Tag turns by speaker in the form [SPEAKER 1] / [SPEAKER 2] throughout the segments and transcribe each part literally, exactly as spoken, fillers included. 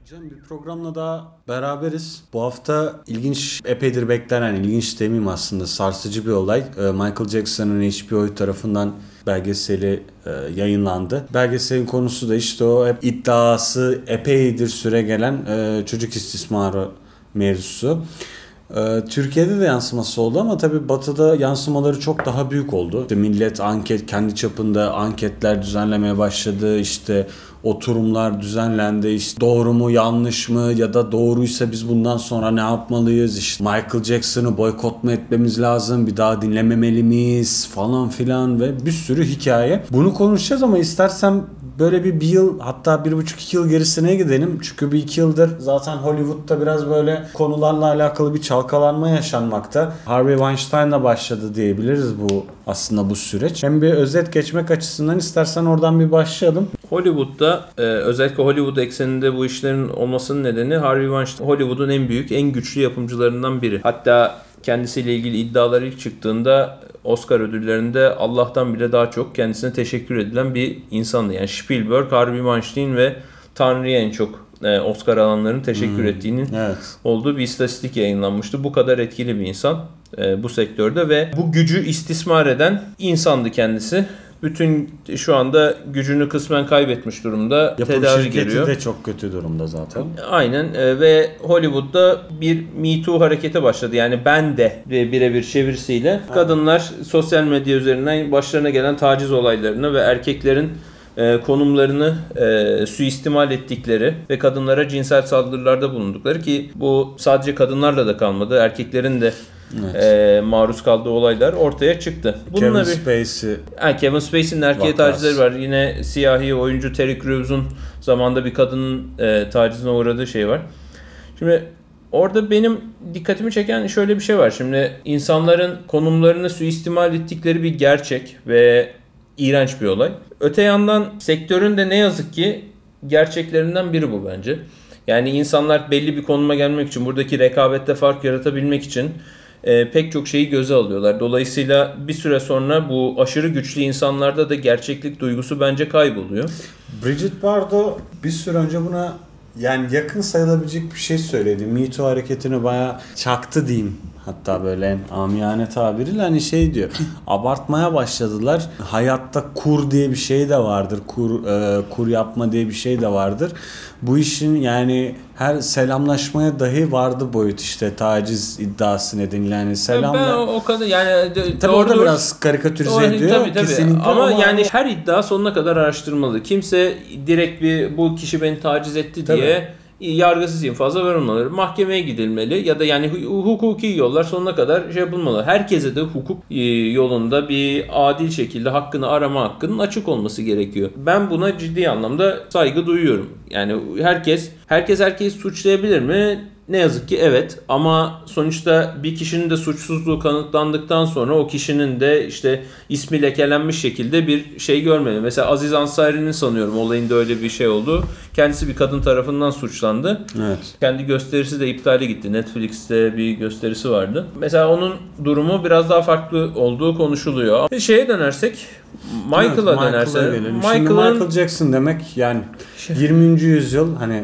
[SPEAKER 1] Can bir programla daha beraberiz. Bu hafta ilginç, epeydir beklenen, ilginç demeyeyim aslında, sarsıcı bir olay. Michael Jackson'ın H B O tarafından belgeseli e, yayınlandı. Belgeselin konusu da işte o hep iddiası epeydir süre gelen e, çocuk istismarı mevzusu. Ee, Türkiye'de de yansıması oldu ama tabii Batı'da yansımaları çok daha büyük oldu. İşte millet anket, kendi çapında anketler düzenlemeye başladı. İşte oturumlar düzenlendi. İşte doğru mu, yanlış mı, ya da doğruysa biz bundan sonra ne yapmalıyız? İşte Michael Jackson'ı boykot mu etmemiz lazım? Bir daha dinlememeli miyiz? Falan filan ve bir sürü hikaye. Bunu konuşacağız ama istersem böyle bir, bir yıl, hatta bir buçuk iki yıl gerisine gidelim. Çünkü bir iki yıldır zaten Hollywood'da biraz böyle konularla alakalı bir çalkalanma yaşanmakta. Harvey Weinstein'la başladı diyebiliriz bu aslında bu süreç. Hem bir özet geçmek açısından istersen oradan bir başlayalım.
[SPEAKER 2] Hollywood'da e, özellikle Hollywood ekseninde bu işlerin olmasının nedeni Harvey Weinstein Hollywood'un en büyük, en güçlü yapımcılarından biri. Hatta kendisiyle ilgili iddialar ilk çıktığında Oscar ödüllerinde Allah'tan bile daha çok kendisine teşekkür edilen bir insandı. Yani Spielberg, Harvey Weinstein ve Tanrı'ya en çok e, Oscar alanların teşekkür hmm, ettiğinin evet. olduğu bir istatistik yayınlanmıştı. Bu kadar etkili bir insan e, bu sektörde ve bu gücü istismar eden insandı kendisi. Bütün şu anda gücünü kısmen kaybetmiş durumda.
[SPEAKER 1] Yapım
[SPEAKER 2] tedavi
[SPEAKER 1] şirketi
[SPEAKER 2] görüyor.
[SPEAKER 1] de çok kötü durumda zaten.
[SPEAKER 2] Aynen e, ve Hollywood'da bir Me Too hareketi başladı. Yani ben de birebir çevirisiyle ha. kadınlar sosyal medya üzerinden başlarına gelen taciz olaylarını ve erkeklerin e, konumlarını e, suistimal ettikleri ve kadınlara cinsel saldırılarda bulundukları, ki bu sadece kadınlarla da kalmadı. Erkeklerin de Evet. E, maruz kaldığı olaylar ortaya çıktı.
[SPEAKER 1] Bununla Kevin bir, Spacey.
[SPEAKER 2] Yani Kevin Spacey'nin erkeğe tacizleri var. Yine siyahi oyuncu Terry Crews'un zamanında bir kadının e, tacizine uğradığı şey var. Şimdi orada benim dikkatimi çeken şöyle bir şey var. Şimdi insanların konumlarını suistimal ettikleri bir gerçek ve iğrenç bir olay. Öte yandan sektörün de ne yazık ki gerçeklerinden biri bu bence. Yani insanlar belli bir konuma gelmek için, buradaki rekabette fark yaratabilmek için E, pek çok şeyi göze alıyorlar. Dolayısıyla bir süre sonra bu aşırı güçlü insanlarda da gerçeklik duygusu bence kayboluyor.
[SPEAKER 1] Bridget Bardot bir süre önce buna yani yakın sayılabilecek bir şey söyledi. Me Too hareketini bayağı çaktı diyeyim. Hatta böyle en amiyane tabiriyle hani şey diyor. Abartmaya başladılar. Hayatta kur diye bir şey de vardır. Kur e, kur yapma diye bir şey de vardır. Bu işin yani her selamlaşmaya dahi vardı boyut, işte taciz iddiası nedeniyle yani selamla.
[SPEAKER 2] Ben o, o kadar yani
[SPEAKER 1] tabii orada biraz karikatürize ediyor.
[SPEAKER 2] Tabii, tabii.
[SPEAKER 1] Kesinlikle
[SPEAKER 2] ama, ama yani
[SPEAKER 1] ama...
[SPEAKER 2] her iddia sonuna kadar araştırmalı. Kimse direkt bir bu kişi beni taciz etti tabii. diye yargısız infazla verilmeli. Mahkemeye gidilmeli ya da yani hukuki yollar sonuna kadar şey yapılmalı. Herkese de hukuk yolunda bir adil şekilde hakkını arama hakkının açık olması gerekiyor. Ben buna ciddi anlamda saygı duyuyorum. Yani herkes herkes herkesi suçlayabilir mi? Ne yazık ki evet, ama sonuçta bir kişinin de suçsuzluğu kanıtlandıktan sonra o kişinin de işte ismi lekelenmiş şekilde bir şey görmeli. Mesela Aziz Ansari'nin sanıyorum olayında öyle bir şey oldu. Kendisi bir kadın tarafından suçlandı.
[SPEAKER 1] Evet.
[SPEAKER 2] Kendi gösterisi de iptale gitti. Netflix'te bir gösterisi vardı. Mesela onun durumu biraz daha farklı olduğu konuşuluyor. Bir şeye dönersek, Michael'a evet, dönersek.
[SPEAKER 1] Michael'ın... Michael Jackson demek yani yirminci yüzyıl hani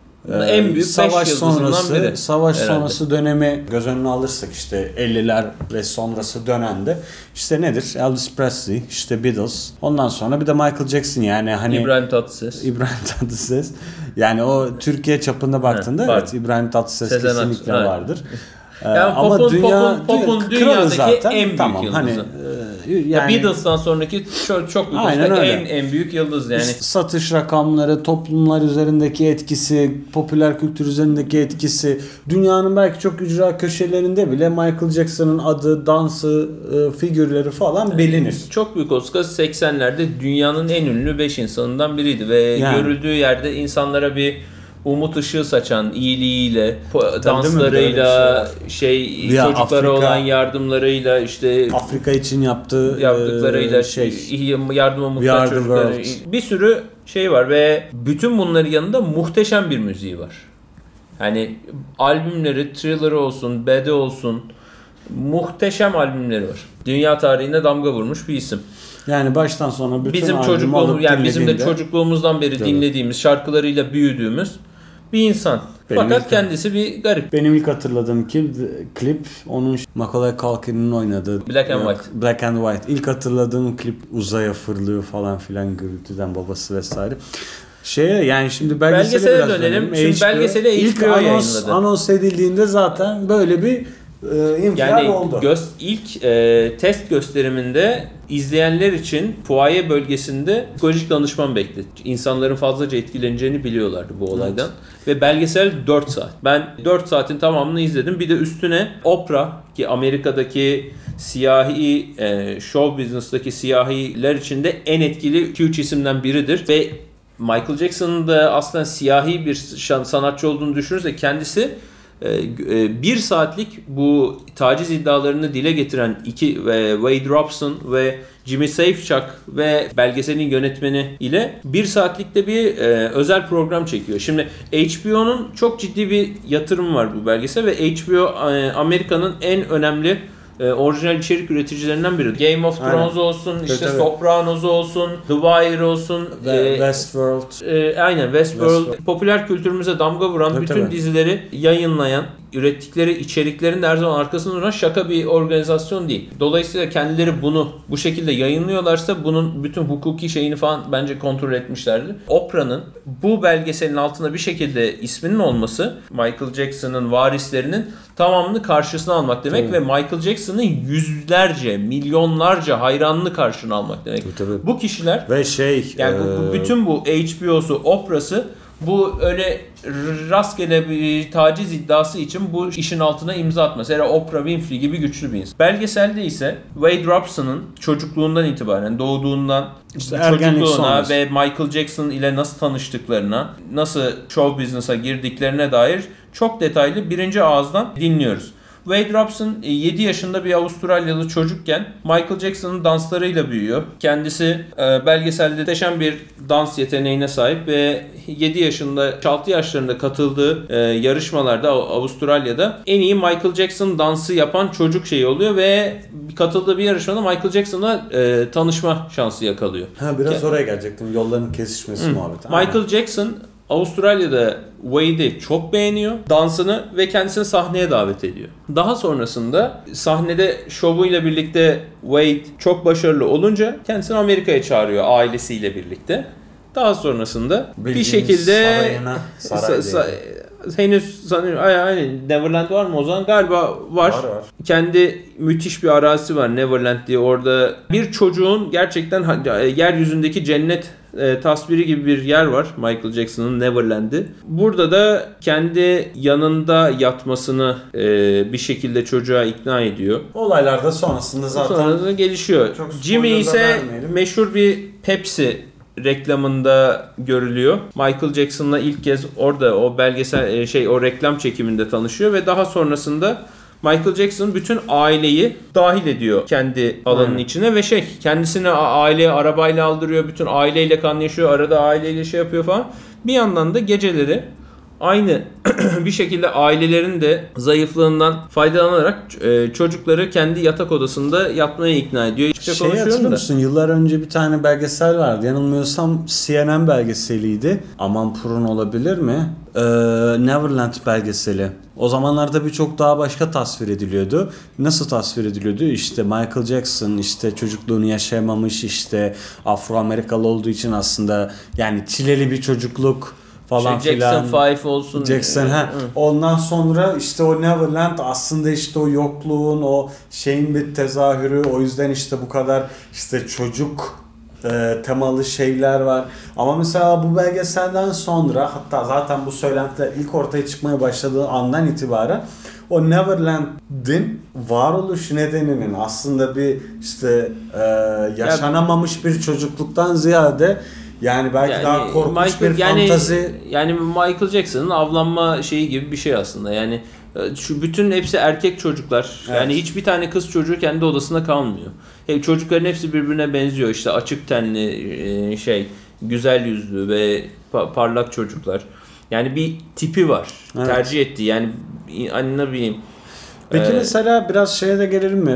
[SPEAKER 2] en büyük
[SPEAKER 1] savaş sonrası
[SPEAKER 2] biri,
[SPEAKER 1] savaş
[SPEAKER 2] herhalde.
[SPEAKER 1] sonrası dönemi göz önüne alırsak işte elliler ve sonrası dönemde işte nedir? Elvis Presley, işte Beatles, ondan sonra bir de Michael Jackson, yani hani
[SPEAKER 2] İbrahim Tatlıses.
[SPEAKER 1] İbrahim Tatlıses. Yani o Türkiye çapında baktığında evet, evet İbrahim Tatlıses Sezen kesinlikle Aksu, vardır.
[SPEAKER 2] Yani ama popun, dünya popun, popun dünyadaki zaten, en büyük
[SPEAKER 1] tamam,
[SPEAKER 2] yıldızı.
[SPEAKER 1] Hani,
[SPEAKER 2] yani, Beatles'tan sonraki çok çok büyük en en büyük yıldız yani.
[SPEAKER 1] Satış rakamları, toplumlar üzerindeki etkisi, popüler kültür üzerindeki etkisi, dünyanın belki çok ücra köşelerinde bile Michael Jackson'ın adı, dansı, figürleri falan bilinir.
[SPEAKER 2] Çok büyük Oscar seksenlerde dünyanın en ünlü beş insanından biriydi ve yani. Görüldüğü yerde insanlara bir umut ışığı saçan iyiliğiyle, tabii danslarıyla, şey, şey çocuklara Afrika, olan yardımlarıyla, işte
[SPEAKER 1] Afrika için yaptığı
[SPEAKER 2] yaptıklarıyla
[SPEAKER 1] şey,
[SPEAKER 2] yardıma muhtaç çocuklara, bir sürü şey var ve bütün bunların yanında muhteşem bir müziği var. Hani albümleri, Thriller olsun, Bad olsun, muhteşem albümleri var. Dünya tarihine damga vurmuş bir isim.
[SPEAKER 1] Yani baştan sona bütün
[SPEAKER 2] bizim çocukluğumuz, yani bizim de çocukluğumuzdan beri evet. dinlediğimiz, şarkılarıyla büyüdüğümüz bir insan.
[SPEAKER 1] Benim
[SPEAKER 2] Fakat
[SPEAKER 1] ilk-
[SPEAKER 2] kendisi bir garip.
[SPEAKER 1] Benim ilk hatırladığım klip, klip onun Macaulay Culkin'in oynadığı
[SPEAKER 2] Black and
[SPEAKER 1] Yok,
[SPEAKER 2] White.
[SPEAKER 1] Black and White. İlk hatırladığım klip uzaya fırlıyor falan filan gürültüden babası vesaire. Şeye yani şimdi belgesele,
[SPEAKER 2] Belgesele
[SPEAKER 1] biraz
[SPEAKER 2] dönelim.
[SPEAKER 1] dönelim.
[SPEAKER 2] Şimdi belgeseli
[SPEAKER 1] ilk
[SPEAKER 2] H B O
[SPEAKER 1] anons,
[SPEAKER 2] yayınladı.
[SPEAKER 1] anons edildiğinde zaten böyle bir e, infial
[SPEAKER 2] Yani
[SPEAKER 1] oldu.
[SPEAKER 2] göz, ilk e, test gösteriminde izleyenler için fuaye bölgesinde psikolojik danışman bekletti. İnsanların fazlaca etkileneceğini biliyorlardı bu olaydan. Evet. Ve belgesel dört saat. Ben dört saatin tamamını izledim. Bir de üstüne Oprah ki Amerika'daki siyahi, e, show business'taki siyahiler içinde en etkili iki üç isimden biridir. Ve Michael Jackson'ın da aslında siyahi bir sanatçı olduğunu düşünürsek kendisi bir saatlik bu taciz iddialarını dile getiren iki ve Wade Robson ve Jimmy Safechuck ve belgeselin yönetmeni ile bir saatlikte bir e, özel program çekiyor. Şimdi H B O'nun çok ciddi bir yatırımı var bu belgesel ve H B O e, Amerika'nın en önemli e, orijinal içerik üreticilerinden biri. Game of Thrones aynen. olsun, işte evet, Sopranos olsun, The Wire olsun,
[SPEAKER 1] Ve e, Westworld.
[SPEAKER 2] E, aynen Westworld. Westworld. Popüler kültürümüze damga vuran tabii, bütün tabii. dizileri yayınlayan, ürettikleri içeriklerin de her zaman arkasında duran şaka bir organizasyon değil. Dolayısıyla kendileri bunu bu şekilde yayınlıyorlarsa bunun bütün hukuki şeyini falan bence kontrol etmişlerdir. Oprah'nın bu belgeselin altında bir şekilde isminin olması Michael Jackson'ın varislerinin tamamını karşısına almak demek tabii. ve Michael Jackson'ın yüzlerce, milyonlarca hayranını karşına almak demek. Tabii, tabii. Bu kişiler
[SPEAKER 1] ve şey
[SPEAKER 2] yani
[SPEAKER 1] ee...
[SPEAKER 2] bu, bütün bu H B O'su, Oprah'sı bu öyle rastgele bir taciz iddiası için bu işin altına imza atmaz. Mesela Oprah Winfrey gibi güçlü bir insan. Belgeselde ise Wade Robson'ın çocukluğundan itibaren doğduğundan işte çocukluğuna ve Michael Jackson ile nasıl tanıştıklarına, nasıl show business'a girdiklerine dair çok detaylı birinci ağızdan dinliyoruz. Wade Robson yedi yaşında bir Avustralyalı çocukken Michael Jackson'ın danslarıyla büyüyor. Kendisi belgeselde muhteşem bir dans yeteneğine sahip ve yedi yaşında, altı yaşlarında katıldığı yarışmalarda Avustralya'da en iyi Michael Jackson dansı yapan çocuk şeyi oluyor ve katıldığı bir yarışmada Michael Jackson'la tanışma şansı yakalıyor.
[SPEAKER 1] Ha biraz Ke- oraya gelecektim. Yolların kesişmesi
[SPEAKER 2] Hı.
[SPEAKER 1] muhabbeti.
[SPEAKER 2] Michael Aynen. Jackson Avustralya'da Wade'i çok beğeniyor. Dansını ve kendisini sahneye davet ediyor. Daha sonrasında sahnede şovuyla birlikte Wade çok başarılı olunca kendisini Amerika'ya çağırıyor ailesiyle birlikte. Daha sonrasında bildiğimiz bir şekilde sarayına, saray sa- sa- henüz sanıyorum aynen Neverland var mı o zaman? Galiba var. Var, var. Kendi müthiş bir arazisi var Neverland diye. Orada bir çocuğun gerçekten yeryüzündeki cennet e, tasviri gibi bir yer var Michael Jackson'ın Neverland'i. Burada da kendi yanında yatmasını e, bir şekilde çocuğa ikna ediyor.
[SPEAKER 1] Olaylarda sonrasında zaten
[SPEAKER 2] sonrasında gelişiyor. Jimmy ise vermeyelim. Meşhur bir Pepsi reklamında görülüyor. Michael Jackson'la ilk kez orada o belgesel şey o reklam çekiminde tanışıyor ve daha sonrasında Michael Jackson bütün aileyi dahil ediyor kendi alanının Aynen. içine ve şey kendisini aileye arabayla aldırıyor. Bütün aileyle kaynaşıyor. Arada aileyle şey yapıyor falan. Bir yandan da geceleri aynı bir şekilde ailelerin de zayıflığından faydalanarak e, çocukları kendi yatak odasında yatmaya ikna ediyor. İşte
[SPEAKER 1] şey hatırlıyor musun? Yıllar önce bir tane belgesel vardı. Yanılmıyorsam C N N belgeseliydi. Aman Purun olabilir mi? Ee, Neverland belgeseli. O zamanlarda birçok daha başka tasvir ediliyordu. Nasıl tasvir ediliyordu? İşte Michael Jackson işte çocukluğunu yaşayamamış, işte Afro-Amerikalı olduğu için aslında yani çileli bir çocukluk falan
[SPEAKER 2] şey, Jackson
[SPEAKER 1] filan.
[SPEAKER 2] Five olsun.
[SPEAKER 1] Jackson ha. Ondan sonra işte o Neverland aslında işte o yokluğun o şeyin bir tezahürü. O yüzden işte bu kadar işte çocuk e, temalı şeyler var. Ama mesela bu belgeselden sonra hatta zaten bu söylentiler ilk ortaya çıkmaya başladığı andan itibaren o Neverland'in varoluş nedeninin aslında bir işte e, yaşanamamış bir çocukluktan ziyade yani belki yani daha korkunç Michael, bir
[SPEAKER 2] yani,
[SPEAKER 1] fantazi.
[SPEAKER 2] Yani Michael Jackson'ın avlanma şeyi gibi bir şey aslında. Yani şu bütün hepsi erkek çocuklar. Evet. Yani hiçbir tane kız çocuğu kendi odasında kalmıyor. Hep çocukların hepsi birbirine benziyor. İşte açık tenli şey, güzel yüzlü ve parlak çocuklar. Yani bir tipi var. Evet. Tercih ettiği. Yani hani ne bileyim.
[SPEAKER 1] Peki ee, mesela biraz şeye de gelelim mi?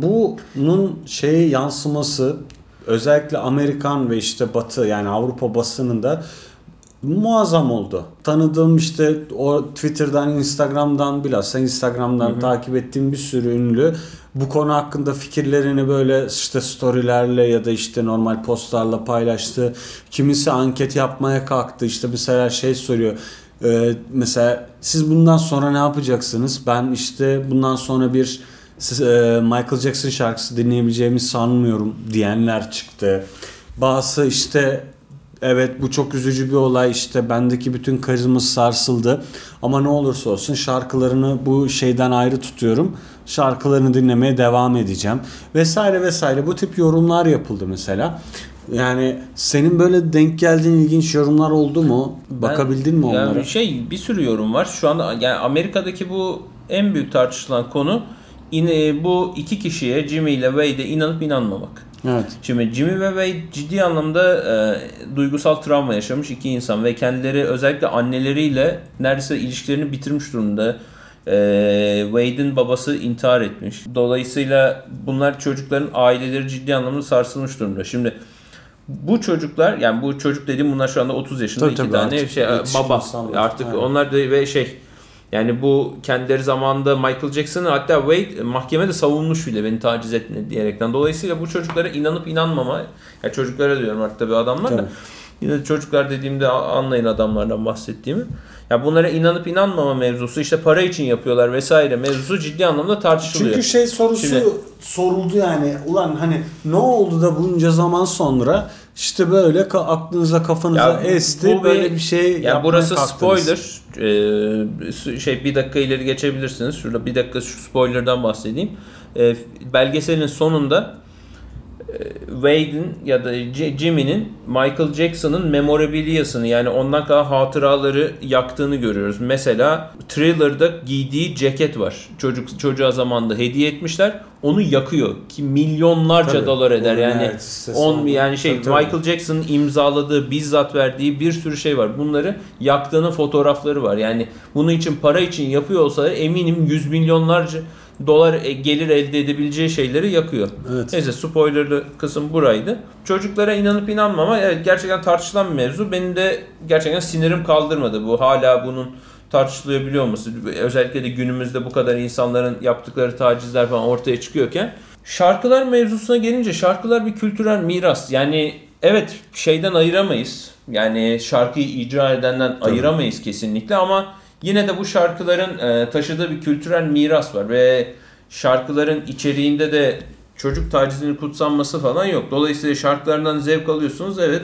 [SPEAKER 1] Bunun şeye yansıması özellikle Amerikan ve işte Batı yani Avrupa basınında muazzam oldu. Tanıdığım işte o Twitter'dan, Instagram'dan, bilhassa Instagram'dan hı hı. takip ettiğim bir sürü ünlü bu konu hakkında fikirlerini böyle işte storylerle ya da işte normal postlarla paylaştı. Kimisi anket yapmaya kalktı. İşte mesela şey soruyor. Ee, mesela siz bundan sonra ne yapacaksınız? Ben işte bundan sonra bir e, Michael Jackson şarkısı dinleyebileceğimi sanmıyorum diyenler çıktı. Bazı işte evet bu çok üzücü bir olay, işte bendeki bütün karizması sarsıldı ama ne olursa olsun şarkılarını bu şeyden ayrı tutuyorum, şarkılarını dinlemeye devam edeceğim vesaire vesaire, bu tip yorumlar yapıldı mesela. Yani senin böyle denk geldiğin ilginç yorumlar oldu mu? Ben, bakabildin mi onlara?
[SPEAKER 2] Yani şey, bir sürü yorum var şu anda. Yani Amerika'daki bu en büyük tartışılan konu yine bu iki kişiye, Jimmy ile Wade'e inanıp inanmamak.
[SPEAKER 1] Evet.
[SPEAKER 2] Şimdi Jimmy ve Wade ciddi anlamda e, duygusal travma yaşamış iki insan ve kendileri özellikle anneleriyle neredeyse ilişkilerini bitirmiş durumda. E, Wade'in babası intihar etmiş. Dolayısıyla bunlar, çocukların aileleri ciddi anlamda sarsılmış durumda. Şimdi bu çocuklar, yani bu çocuk dediğim bunlar şu anda otuz yaşında, tabii, iki tabii, tane şey baba artık aynen. Onlar da ve şey, yani bu kendileri zamanında Michael Jackson'ı, hatta Wade mahkemede savunmuş bile beni taciz etmedi diyerekten. Dolayısıyla bu çocuklara inanıp inanmama, yani çocuklara diyorum artık tabii adamlar da, yine de çocuklar dediğimde anlayın adamlardan bahsettiğimi. Ya bunlara inanıp inanmama mevzusu, işte para için yapıyorlar vesaire mevzusu ciddi anlamda tartışılıyor.
[SPEAKER 1] Çünkü şey sorusu Şimdi, soruldu yani, ulan hani ne oldu da bunca zaman sonra işte böyle ka- aklınıza kafanıza ya esti bu böyle bir, bir şey
[SPEAKER 2] yani yapmaya burası kalktınız. Spoiler ee, şey bir dakika ileri geçebilirsiniz. Şurada bir dakika şu spoiler'dan bahsedeyim. Ee, belgeselin sonunda Wade'in ya da Jimmy'nin Michael Jackson'ın memorabiliyasını, yani ondan kalan hatıraları yaktığını görüyoruz. Mesela Thriller'da giydiği ceket var. Çocuk çocuğa zamanında hediye etmişler. Onu yakıyor ki milyonlarca tabii, dolar eder. Yani evet, on yani şey tabii, tabii. Michael Jackson'ın imzaladığı, bizzat verdiği bir sürü şey var. Bunları yaktığının fotoğrafları var. Yani bunun için, para için yapıyor olsa eminim yüz milyonlarca dolar gelir elde edebileceği şeyleri yakıyor.
[SPEAKER 1] Evet.
[SPEAKER 2] Neyse, spoilerlı kısım buraydı. Çocuklara inanıp inanmama, evet, gerçekten tartışılan bir mevzu. Benim de gerçekten sinirim kaldırmadı bu. Hala bunun tartışılabiliyor olması. Özellikle de günümüzde bu kadar insanların yaptıkları tacizler falan ortaya çıkıyorken. Şarkılar mevzusuna gelince, şarkılar bir kültürel miras. Yani evet, şeyden ayıramayız. Yani şarkıyı icra edenden Tabii. ayıramayız kesinlikle, ama yine de bu şarkıların e, taşıdığı bir kültürel miras var ve şarkıların içeriğinde de çocuk tacizinin kutsanması falan yok. Dolayısıyla şarkılardan zevk alıyorsunuz, evet.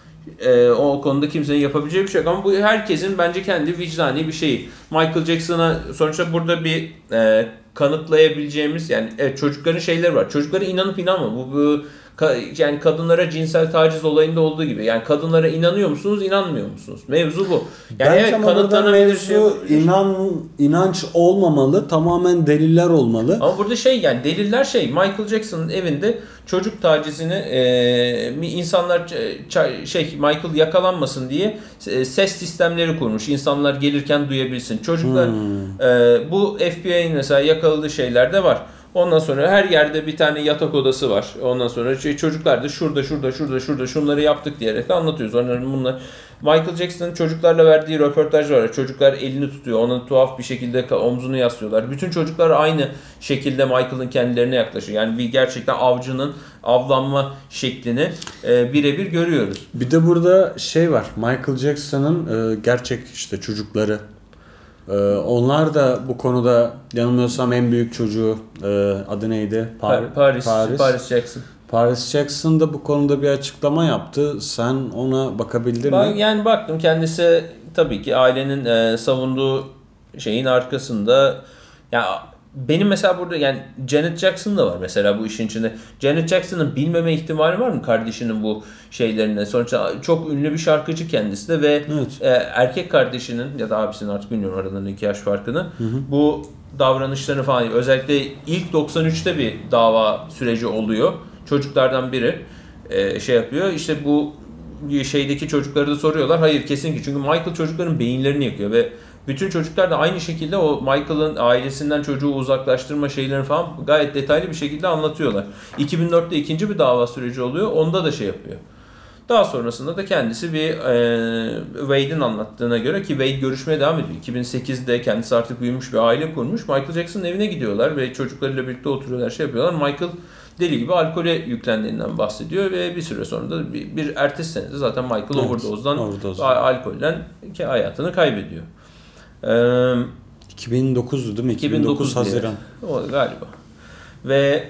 [SPEAKER 2] E, o konuda kimsenin yapabileceği bir şey yok, ama bu herkesin bence kendi vicdani bir şeyi. Michael Jackson'a sonuçta burada bir e, kanıtlayabileceğimiz, yani evet, çocukların şeyleri var. Çocuklara inanıp inanma. Bu, bu yani kadınlara cinsel taciz olayında olduğu gibi. Yani kadınlara inanıyor musunuz, inanmıyor musunuz? Mevzu bu. Yani
[SPEAKER 1] bence evet, kanıtlanabilir mevzu şey, inan inanç olmamalı, tamamen deliller olmalı.
[SPEAKER 2] Ama burada şey, yani deliller şey, Michael Jackson'ın evinde çocuk tacizini e, insanlar ç- şey Michael yakalanmasın diye e, ses sistemleri kurmuş. İnsanlar gelirken duyabilsin. Çocuklar hmm. e, bu F B I'nin mesela yakaladığı şeyler de var. Ondan sonra her yerde bir tane yatak odası var. Ondan sonra şey, çocuklar da şurada şurada şurada şurada şunları yaptık diyerek de anlatıyoruz. Onların bunlar. Michael Jackson'ın çocuklarla verdiği röportaj var. Çocuklar elini tutuyor. Onun tuhaf bir şekilde omzunu yaslıyorlar. Bütün çocuklar aynı şekilde Michael'ın kendilerine yaklaşıyor. Yani bir gerçekten avcının avlanma şeklini e, birebir görüyoruz.
[SPEAKER 1] Bir de burada şey var. Michael Jackson'ın e, gerçek işte çocukları. Ee, onlar da bu konuda yanılmıyorsam en büyük çocuğu e, adı neydi?
[SPEAKER 2] Par- Paris, Paris Paris Jackson.
[SPEAKER 1] Paris Jackson da bu konuda bir açıklama yaptı. Sen ona bakabildin
[SPEAKER 2] ben,
[SPEAKER 1] mi?
[SPEAKER 2] Yani baktım, kendisi tabii ki ailenin e, savunduğu şeyin arkasında. Ya benim mesela burada yani Janet Jackson da var mesela bu işin içinde. Janet Jackson'ın bilmeme ihtimali var mı kardeşinin bu şeylerine? Sonuçta çok ünlü bir şarkıcı kendisi de ve
[SPEAKER 1] evet.
[SPEAKER 2] e, erkek kardeşinin ya da abisinin, artık bilmiyorum aralarında iki yaş farkını, hı hı. bu davranışlarını falan, özellikle ilk doksan üçte bir dava süreci oluyor. Çocuklardan biri e, şey yapıyor. İşte bu şeydeki çocukları da soruyorlar. Hayır, kesinlikle. Çünkü Michael çocukların beyinlerini yakıyor ve bütün çocuklar da aynı şekilde o Michael'ın ailesinden çocuğu uzaklaştırma şeylerini falan gayet detaylı bir şekilde anlatıyorlar. iki bin dörtte ikinci bir dava süreci oluyor. Onda da şey yapıyor. Daha sonrasında da kendisi bir e, Wade'in anlattığına göre, ki Wade görüşmeye devam ediyor. iki bin sekizde kendisi artık büyümüş, bir aile kurmuş. Michael Jackson'ın evine gidiyorlar ve çocuklarıyla birlikte oturuyorlar, şey yapıyorlar. Michael deli gibi alkole yüklendiğinden bahsediyor ve bir süre sonra da bir, bir ertesi senede zaten Michael evet, overdose'dan, overdose. alkolden hayatını kaybediyor. Ee,
[SPEAKER 1] iki bin dokuzdu değil mi? iki bin dokuz Haziran.
[SPEAKER 2] O galiba. Ve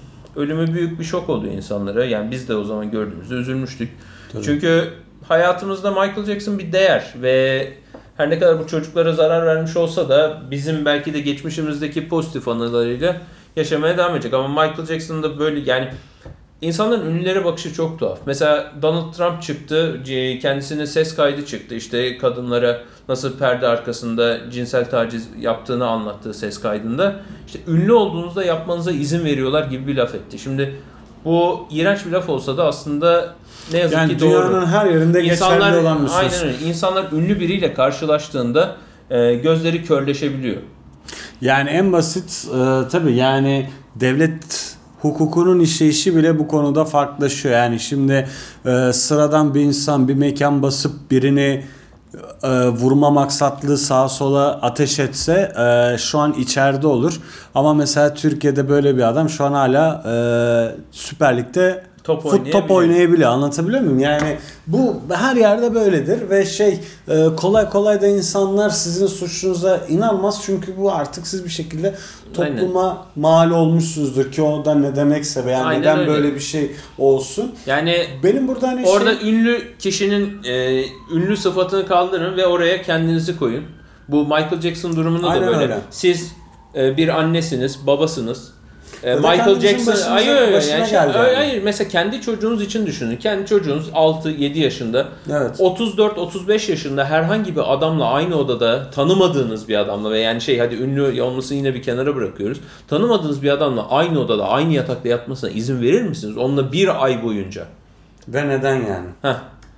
[SPEAKER 2] ölümü büyük bir şok oluyor insanlara. Yani biz de o zaman gördüğümüzde üzülmüştük. Tabii. Çünkü hayatımızda Michael Jackson bir değer ve her ne kadar bu çocuklara zarar vermiş olsa da bizim belki de geçmişimizdeki pozitif anılarıyla yaşamaya devam edecek. Ama Michael Jackson'ın da böyle, yani insanların ünlülere bakışı çok tuhaf. Mesela Donald Trump çıktı, kendisinin ses kaydı çıktı. İşte kadınlara nasıl perde arkasında cinsel taciz yaptığını anlattığı ses kaydında. İşte ünlü olduğunuzda yapmanıza izin veriyorlar gibi bir laf etti. Şimdi bu iğrenç bir laf olsa da aslında ne yazık
[SPEAKER 1] yani
[SPEAKER 2] ki doğru.
[SPEAKER 1] Yani dünyanın her yerinde
[SPEAKER 2] İnsanlar,
[SPEAKER 1] geçerli olan bir söz.
[SPEAKER 2] aynen öyle. İnsanlar ünlü biriyle karşılaştığında e, gözleri körleşebiliyor.
[SPEAKER 1] Yani en basit e, tabii yani devlet hukukunun işleyişi bile bu konuda farklılaşıyor. Yani şimdi e, sıradan bir insan bir mekan basıp birini e, vurma maksatlı sağa sola ateş etse e, şu an içeride olur. Ama mesela Türkiye'de böyle bir adam şu an hala e, Süper Lig'de
[SPEAKER 2] Top
[SPEAKER 1] Fut top oynayabiliyor. Anlatabiliyor muyum? Yani bu her yerde böyledir ve şey kolay kolay da insanlar sizin suçunuza inanmaz çünkü bu artık siz bir şekilde topluma aynen, mal olmuşsunuzdur ki o da ne demekse veya aynen neden öyle, böyle bir şey olsun.
[SPEAKER 2] Yani
[SPEAKER 1] benim burada hani
[SPEAKER 2] orada
[SPEAKER 1] şey...
[SPEAKER 2] ünlü kişinin e, ünlü sıfatını kaldırın ve oraya kendinizi koyun. Bu Michael Jackson durumunda aynen da böyle. Öyle. Siz e, bir annesiniz, babasınız. Michael Jackson hayır hayır yani şey, yani. hayır mesela kendi çocuğunuz için düşünün. Kendi çocuğunuz altı yedi yaşında. Evet. otuz dört otuz beş yaşında herhangi bir adamla aynı odada, tanımadığınız bir adamla ve yani şey hadi ünlü olmasını yine bir kenara bırakıyoruz. Tanımadığınız bir adamla aynı odada, aynı yatakta yatmasına izin verir misiniz? Onunla bir ay boyunca.
[SPEAKER 1] Ve neden yani?
[SPEAKER 2] Heh.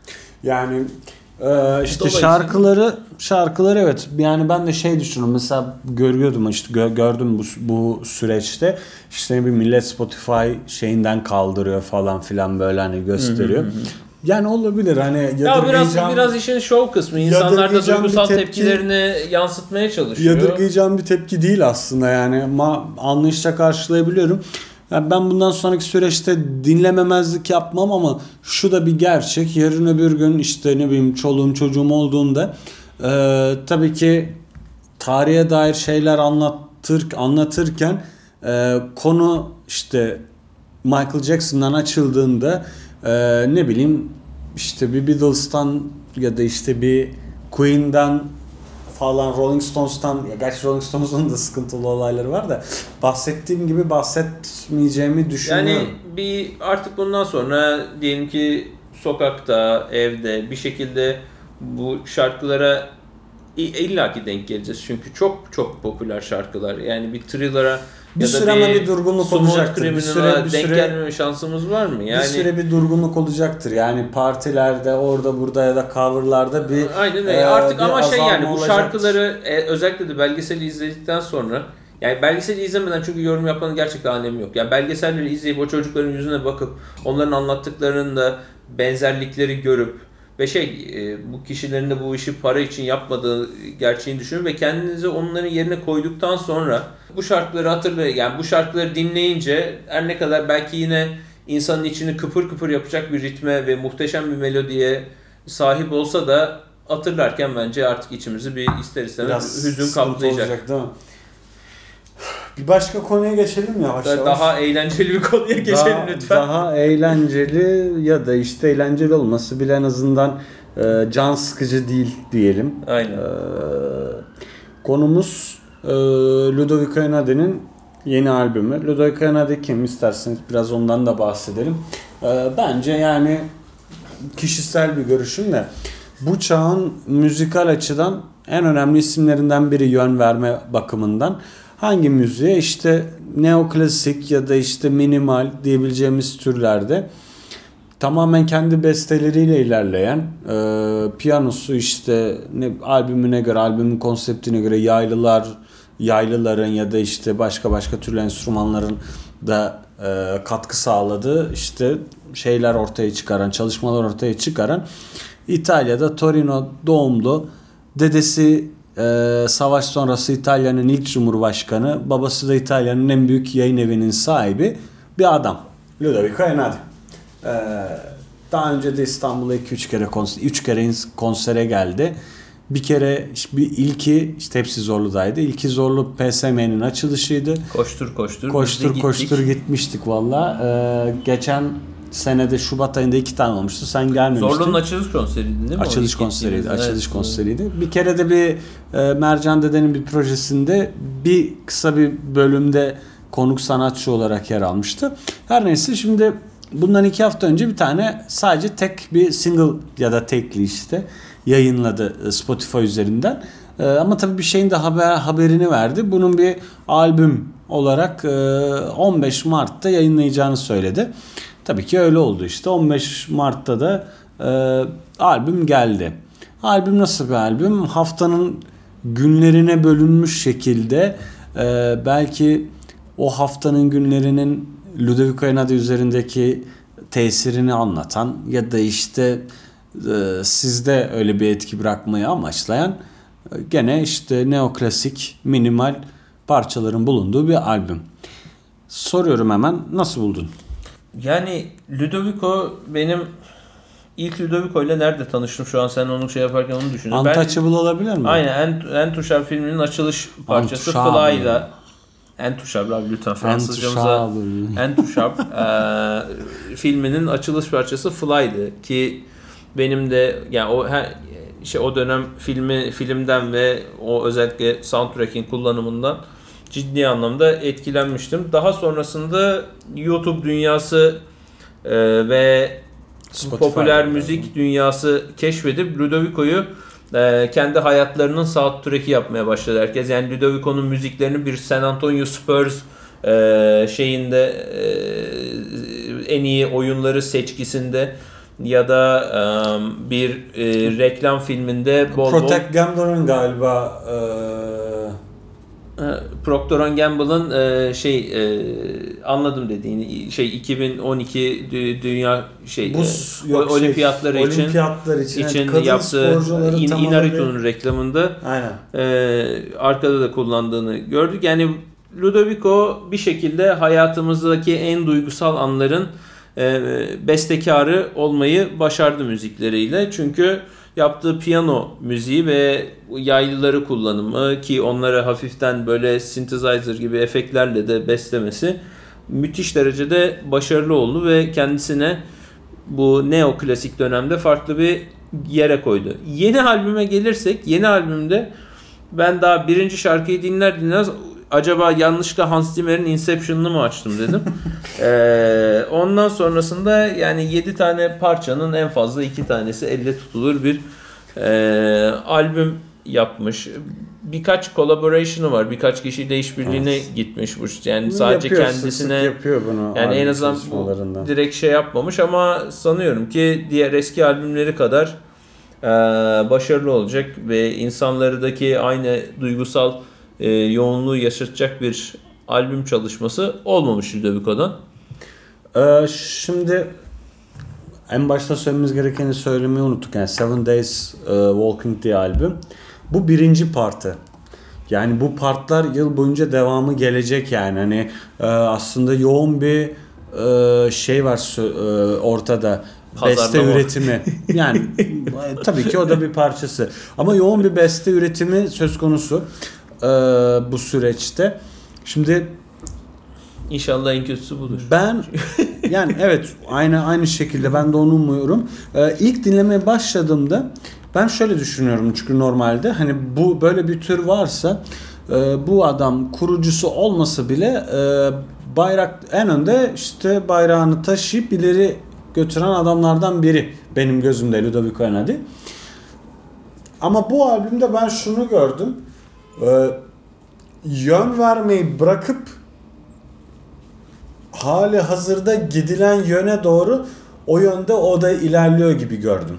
[SPEAKER 1] Yani Ee, işte şarkıları şarkıları evet yani ben de şey düşünüyorum mesela görüyordum işte gö- gördüm bu bu süreçte işte bir millet Spotify şeyinden kaldırıyor falan filan böyle hani gösteriyor. Hı hı hı. Yani olabilir hani
[SPEAKER 2] ya biraz biraz işin şov kısmı, insanlar da duygusal tepki, tepkilerini yansıtmaya çalışıyor.
[SPEAKER 1] Yadırgayacağım bir tepki değil aslında yani ama anlayışla karşılayabiliyorum. Yani ben bundan sonraki süreçte dinlememezlik yapmam ama şu da bir gerçek. Yarın öbür gün işte ne bileyim çoluğum çocuğum olduğunda e, tabii ki tarihe dair şeyler anlatır anlatırken e, konu işte Michael Jackson'dan açıldığında e, ne bileyim işte bir Beatles'tan ya da işte bir Queen'den falan Rolling Stones'tan ya gerçi Rolling Stones'un da sıkıntılı olayları var da bahsettiğim gibi bahsetmeyeceğimi düşünüyorum.
[SPEAKER 2] Yani bir artık bundan sonra diyelim ki sokakta, evde bir şekilde bu şarkılara illaki denk geleceğiz. Çünkü çok çok popüler şarkılar. Yani bir Thriller'a
[SPEAKER 1] bir ya süre da bir, bir durgunluk olacaktır.
[SPEAKER 2] Bir süre bir denk süre, gelmeme şansımız var mı? Yani
[SPEAKER 1] bir süre bir durgunluk olacaktır. Yani partilerde, orada burada ya da coverlarda bir
[SPEAKER 2] aynen öyle. E, Artık ama şey yani bu şarkıları e, özellikle de belgeseli izledikten sonra yani belgeseli izlemeden çünkü yorum yapmanın gerçekten alemi yok. Yani belgeselleri izleyip o çocukların yüzüne bakıp onların anlattıklarının da benzerlikleri görüp ve şey bu kişilerin de bu işi para için yapmadığı gerçeğini düşünün ve kendinizi onların yerine koyduktan sonra bu şarkıları hatırlayın. Yani bu şarkıları dinleyince her ne kadar belki yine insanın içini kıpır kıpır yapacak bir ritme ve muhteşem bir melodiye sahip olsa da hatırlarken bence artık içimizi bir ister istemez biraz hüzün kaplayacak. Olacak, değil mi?
[SPEAKER 1] Bir başka konuya geçelim yavaş yavaş.
[SPEAKER 2] Daha eğlenceli bir konuya geçelim
[SPEAKER 1] daha,
[SPEAKER 2] lütfen.
[SPEAKER 1] Daha eğlenceli ya da işte eğlenceli olması bile en azından e, can sıkıcı değil diyelim.
[SPEAKER 2] Aynen.
[SPEAKER 1] E, konumuz e, Ludovico Einaudí'nin yeni albümü. Ludovico Einaudí kim, isterseniz biraz ondan da bahsedelim. E, bence yani kişisel bir görüşüm de bu çağın müzikal açıdan en önemli isimlerinden biri yön verme bakımından. Hangi müziğe? İşte neoklasik ya da işte minimal diyebileceğimiz türlerde tamamen kendi besteleriyle ilerleyen e, piyanosu işte ne, albümüne göre, albümün konseptine göre yaylılar, yaylıların ya da işte başka başka türlü enstrümanların da e, katkı sağladığı işte şeyler ortaya çıkaran, çalışmalar ortaya çıkaran İtalya'da Torino doğumlu, dedesi e, savaş sonrası İtalya'nın ilk cumhurbaşkanı, babası da İtalya'nın en büyük yayın evinin sahibi bir adam. Ludovico Einaudi. E, daha önce de İstanbul'a iki üç kere konser, üç kere konsere geldi. Bir kere bir ilki işte hepsi Zorlu'daydı. İlki Zorlu P S M'nin açılışıydı.
[SPEAKER 2] Koştur koştur.
[SPEAKER 1] Koştur koştur gitmiştik valla. Ee, geçen senede Şubat ayında iki tane olmuştu. Sen gelmemiştin.
[SPEAKER 2] Zorlu'nun açılış konseriydi değil mi?
[SPEAKER 1] Açılış konseriydi. Açılış evet. konseriydi. Bir kere de bir e, Mercan Dede'nin bir projesinde bir kısa bir bölümde konuk sanatçı olarak yer almıştı. Her neyse şimdi bundan iki hafta önce bir tane sadece tek bir single ya da tekli işte yayınladı Spotify üzerinden. Ee, ama tabii bir şeyin de haber, haberini verdi. Bunun bir albüm olarak e, on beş Mart'ta yayınlayacağını söyledi. Tabii ki öyle oldu işte. on beş Mart'ta da e, albüm geldi. Albüm nasıl bir albüm? Haftanın günlerine bölünmüş şekilde e, belki o haftanın günlerinin Ludovico Einaudi üzerindeki tesirini anlatan ya da işte e, sizde öyle bir etki bırakmayı amaçlayan e, gene işte neoklasik minimal parçaların bulunduğu bir albüm. Soruyorum hemen, nasıl buldun?
[SPEAKER 2] Yani Ludovico, benim ilk Ludovico ile nerede tanıştım şu an sen onu şey yaparken onu düşünüyorum.
[SPEAKER 1] Untouchable ben, olabilir mi?
[SPEAKER 2] Aynen, Entouchable filminin açılış parçası Fly'la. Entouchable abi lütfen Fransızcamıza. Entouchable e, filminin açılış parçası Fly'dı ki benim de yani o her şey o dönem filmi filmden ve o özellikle soundtrack'in kullanımından ciddi anlamda etkilenmiştim. Daha sonrasında YouTube dünyası e, ve Spotify popüler müzik yani. dünyası keşfedip Ludovico'yu e, kendi hayatlarının soundtrack'i yapmaya başladı herkes. Yani Ludovico'nun müziklerini bir San Antonio Spurs e, şeyinde e, en iyi oyunları seçkisinde ya da e, bir e, reklam filminde bol bol
[SPEAKER 1] Protect Gambler'ın galiba e...
[SPEAKER 2] Procter and Gamble'ın e, şey e, anladım dediğini şey iki bin on iki dü- dünya şey
[SPEAKER 1] Buz,
[SPEAKER 2] e,
[SPEAKER 1] yok,
[SPEAKER 2] olimpiyatları
[SPEAKER 1] şey,
[SPEAKER 2] için
[SPEAKER 1] olimpiyatlar için,
[SPEAKER 2] için
[SPEAKER 1] yani
[SPEAKER 2] yaptığı in, Inarritu'nun reklamında
[SPEAKER 1] aynen.
[SPEAKER 2] E, arkada da kullandığını gördük. Yani Ludovico bir şekilde hayatımızdaki en duygusal anların e, bestekarı olmayı başardı müzikleriyle. Çünkü yaptığı piyano müziği ve yaylıları kullanımı ki onları hafiften böyle synthesizer gibi efektlerle de beslemesi müthiş derecede başarılı oldu ve kendisine bu neoklasik dönemde farklı bir yere koydu. Yeni albüme gelirsek, yeni albümde ben daha birinci şarkıyı dinler dinlemez acaba yanlışlıkla Hans Zimmer'in Inception'ını mı açtım dedim. ee, ondan sonrasında yani yedi tane parçanın en fazla iki tanesi elle tutulur bir e, albüm yapmış. Birkaç collaboration'ı var. Birkaç kişiyle işbirliğine evet. gitmiş bu. Yani bunu sadece yapıyor, kendisine
[SPEAKER 1] yapıyor bunu.
[SPEAKER 2] Yani en azından bu direkt şey yapmamış ama sanıyorum ki diğer eski albümleri kadar e, başarılı olacak ve insanlardaki aynı duygusal E, yoğunluğu yaşatacak bir albüm çalışması olmamış Ludovico'dan.
[SPEAKER 1] Ee, şimdi en başta söylememiz gerekeni söylemeyi unuttuk. Yani Seven Days uh, Walking diye albüm. Bu birinci partı. Yani bu partlar yıl boyunca devamı gelecek yani. Hani e, aslında yoğun bir e, şey var e, ortada. Pazarlama. Beste üretimi. Yani tabii ki o da bir parçası. Ama yoğun bir beste üretimi söz konusu. Ee, bu süreçte. Şimdi
[SPEAKER 2] İnşallah en kötüsü budur.
[SPEAKER 1] Ben yani evet aynı aynı şekilde ben de onu umuyorum. Ee, ilk dinlemeye başladığımda ben şöyle düşünüyorum çünkü normalde hani bu böyle bir tür varsa e, bu adam kurucusu olmasa bile e, bayrak en önde işte bayrağını taşıyıp ileri götüren adamlardan biri benim gözümde Ludovico Einaudi. Ama bu albümde ben şunu gördüm. Ee, yön vermeyi bırakıp hali hazırda gidilen yöne doğru o yönde o da ilerliyor gibi gördüm.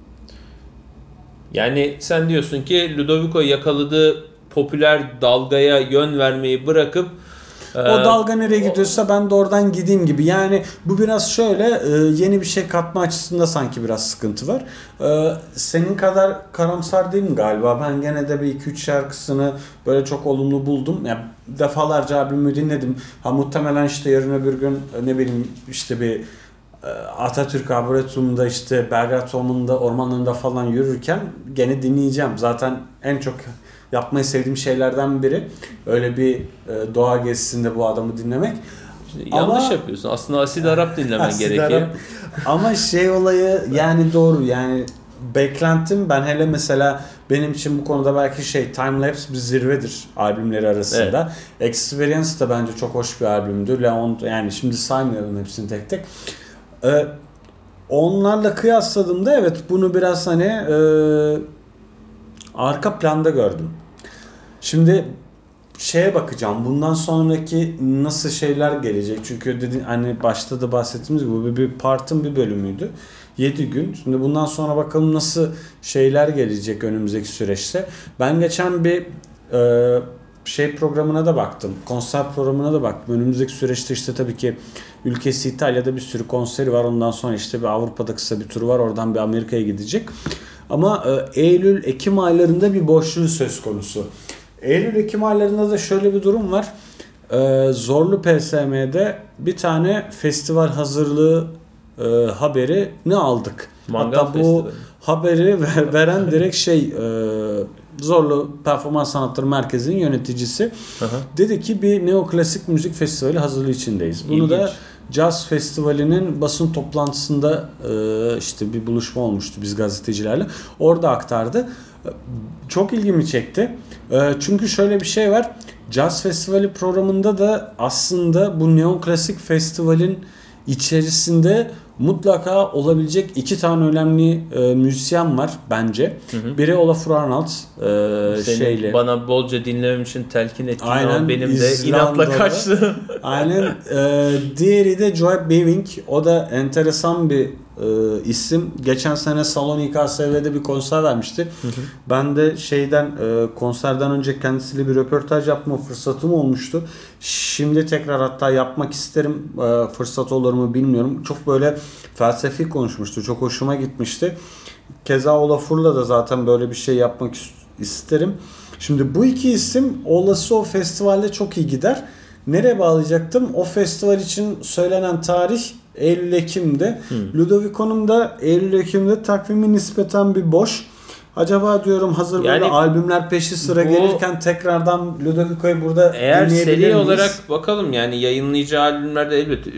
[SPEAKER 2] Yani sen diyorsun ki Ludovico yakaladığı popüler dalgaya yön vermeyi bırakıp
[SPEAKER 1] O dalga nereye gidiyorsa ben de oradan gideyim gibi. Yani bu biraz şöyle e, yeni bir şey katma açısında sanki biraz sıkıntı var. E, senin kadar karamsar değilim galiba. Ben gene de bir iki üç şarkısını böyle çok olumlu buldum. Yani defalarca albümü dinledim. Ha muhtemelen işte yarın öbür gün ne bileyim işte bir Atatürk Arboretum'da işte Belgrad Ormanı'nda ormanlarında falan yürürken gene dinleyeceğim. Zaten en çok yapmayı sevdiğim şeylerden biri öyle bir doğa gezisinde bu adamı dinlemek.
[SPEAKER 2] İşte yanlış Ama, yapıyorsun. Aslında Asil Arap dinlemen Asil gerekiyor. Arap.
[SPEAKER 1] Ama şey olayı yani doğru yani beklentim ben hele mesela benim için bu konuda belki şey Time Lapse bir zirvedir albümleri arasında. Evet. Experience da bence çok hoş bir albümdü. Leon yani şimdi saymıyorum hepsini tek tek. Ee, onlarla kıyasladığımda evet bunu biraz hani e, arka planda gördüm. Şimdi şeye bakacağım. Bundan sonraki nasıl şeyler gelecek? Çünkü dedi hani başta da bahsettiğimiz gibi bu bir partın bir bölümüydü. yedi gün. Şimdi bundan sonra bakalım nasıl şeyler gelecek önümüzdeki süreçte. Ben geçen bir e, şey programına da baktım. Konser programına da baktım. Önümüzdeki süreçte işte tabii ki ülkesi İtalya'da bir sürü konseri var. Ondan sonra işte bir Avrupa'da kısa bir turu var. Oradan bir Amerika'ya gidecek. Ama e, Eylül-Ekim aylarında bir boşluğu söz konusu. Eylül-Ekim aylarında da şöyle bir durum var. E, Zorlu P S M'de bir tane festival hazırlığı e, haberi ne aldık?
[SPEAKER 2] Mangal
[SPEAKER 1] Hatta bu
[SPEAKER 2] Festivali.
[SPEAKER 1] haberi veren direkt şey e, Zorlu Performans Sanatları Merkezi'nin yöneticisi. Aha. Dedi ki bir neoklasik müzik festivali hazırlığı içindeyiz. Bunu İlginç. da Jazz Festivali'nin basın toplantısında e, işte bir buluşma olmuştu biz gazetecilerle. Orada aktardı. Çok ilgimi çekti. E, çünkü şöyle bir şey var. Jazz Festivali programında da aslında bu neoklasik festivalin içerisinde mutlaka olabilecek iki tane önemli e, müzisyen var bence. Hı hı. Biri Olafur Arnalds e, şeyle.
[SPEAKER 2] Bana bolca dinlemem için telkin ettiğin ama benim İzlanda'da, de inatla kaçtı.
[SPEAKER 1] Aynen. E, diğeri de Joy Beving. O da enteresan bir e, isim. Geçen sene Salon İ K S V'de bir konser vermişti. Hı hı. Ben de şeyden e, konserden önce kendisiyle bir röportaj yapma fırsatım olmuştu. Şimdi tekrar hatta yapmak isterim. E, fırsat olur mu bilmiyorum. Çok böyle felsefi konuşmuştu. Çok hoşuma gitmişti. Keza Olafur'la da zaten böyle bir şey yapmak isterim. Şimdi bu iki isim olası o festivalde çok iyi gider. Nereye bağlayacaktım? O festival için söylenen tarih Eylül-Ekim'de. Hmm. Ludovico'nun da Eylül-Ekim'de takvimi nispeten bir boş. Acaba diyorum hazır yani, böyle albümler peşi sıra bu, gelirken tekrardan Ludovico'yu burada
[SPEAKER 2] eğer
[SPEAKER 1] dinleyebilir
[SPEAKER 2] seri
[SPEAKER 1] miyiz?
[SPEAKER 2] olarak bakalım yani yayınlayacağı albümlerde elbette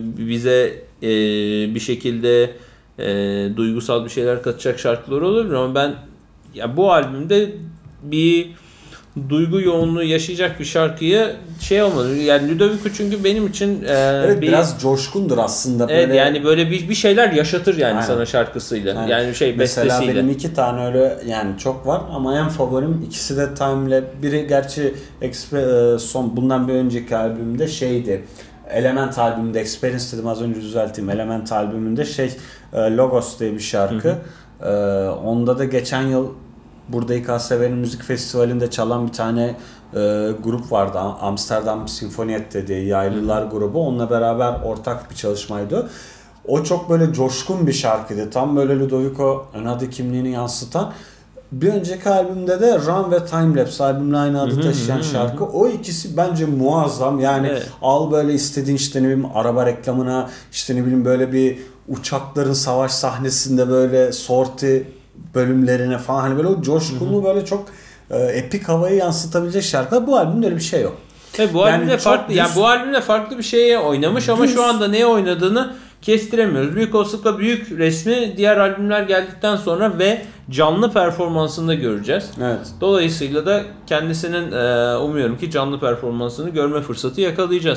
[SPEAKER 2] bize e, bir şekilde e, duygusal bir şeyler katacak şarkılar olabilir ama ben ya bu albümde bir duygu yoğunluğu yaşayacak bir şarkıyı şey olmadı. Yani Ludovico çünkü benim için e,
[SPEAKER 1] evet,
[SPEAKER 2] bir,
[SPEAKER 1] biraz coşkundur aslında.
[SPEAKER 2] Evet böyle... yani böyle bir, bir şeyler yaşatır yani Aynen. sana şarkısıyla.
[SPEAKER 1] Aynen.
[SPEAKER 2] Yani şey
[SPEAKER 1] Mesela
[SPEAKER 2] bestesiyle.
[SPEAKER 1] Mesela benim iki tane öyle yani çok var ama en favorim ikisi de Time'le. Biri gerçi Expe- son bundan bir önceki albümde şeydi. Element albümünde Experience dedim az önce düzelteyim. Element albümünde şey Logos diye bir şarkı. Hı hı. Onda da geçen yıl burada İ K S V'nin müzik festivalinde çalan bir tane e, grup vardı. Amsterdam Sinfoniyet dediği Yaylılar grubu. Onunla beraber ortak bir çalışmaydı. O çok böyle coşkun bir şarkıydı. Tam böyle Ludovico ön adı kimliğini yansıtan. Bir önceki albümde de Run ve Time Lapse albümle aynı adı taşıyan şarkı. O ikisi bence muazzam. Yani evet. al böyle istediğin işte ne bileyim araba reklamına işte ne bileyim böyle bir uçakların savaş sahnesinde böyle sorti bölümlerine falan hani böyle o coşkulu böyle çok e, epik havayı yansıtabilecek şarkılar. Bu albümde öyle bir şey yok.
[SPEAKER 2] Evet, bu yani albümde farklı düz, yani bu albümde farklı bir şeye oynamış düz. Ama şu anda neye oynadığını kestiremiyoruz. Büyük olasılıkla büyük resmi diğer albümler geldikten sonra ve canlı performansında göreceğiz.
[SPEAKER 1] Evet.
[SPEAKER 2] Dolayısıyla da kendisinin e, umuyorum ki canlı performansını görme fırsatı yakalayacağız.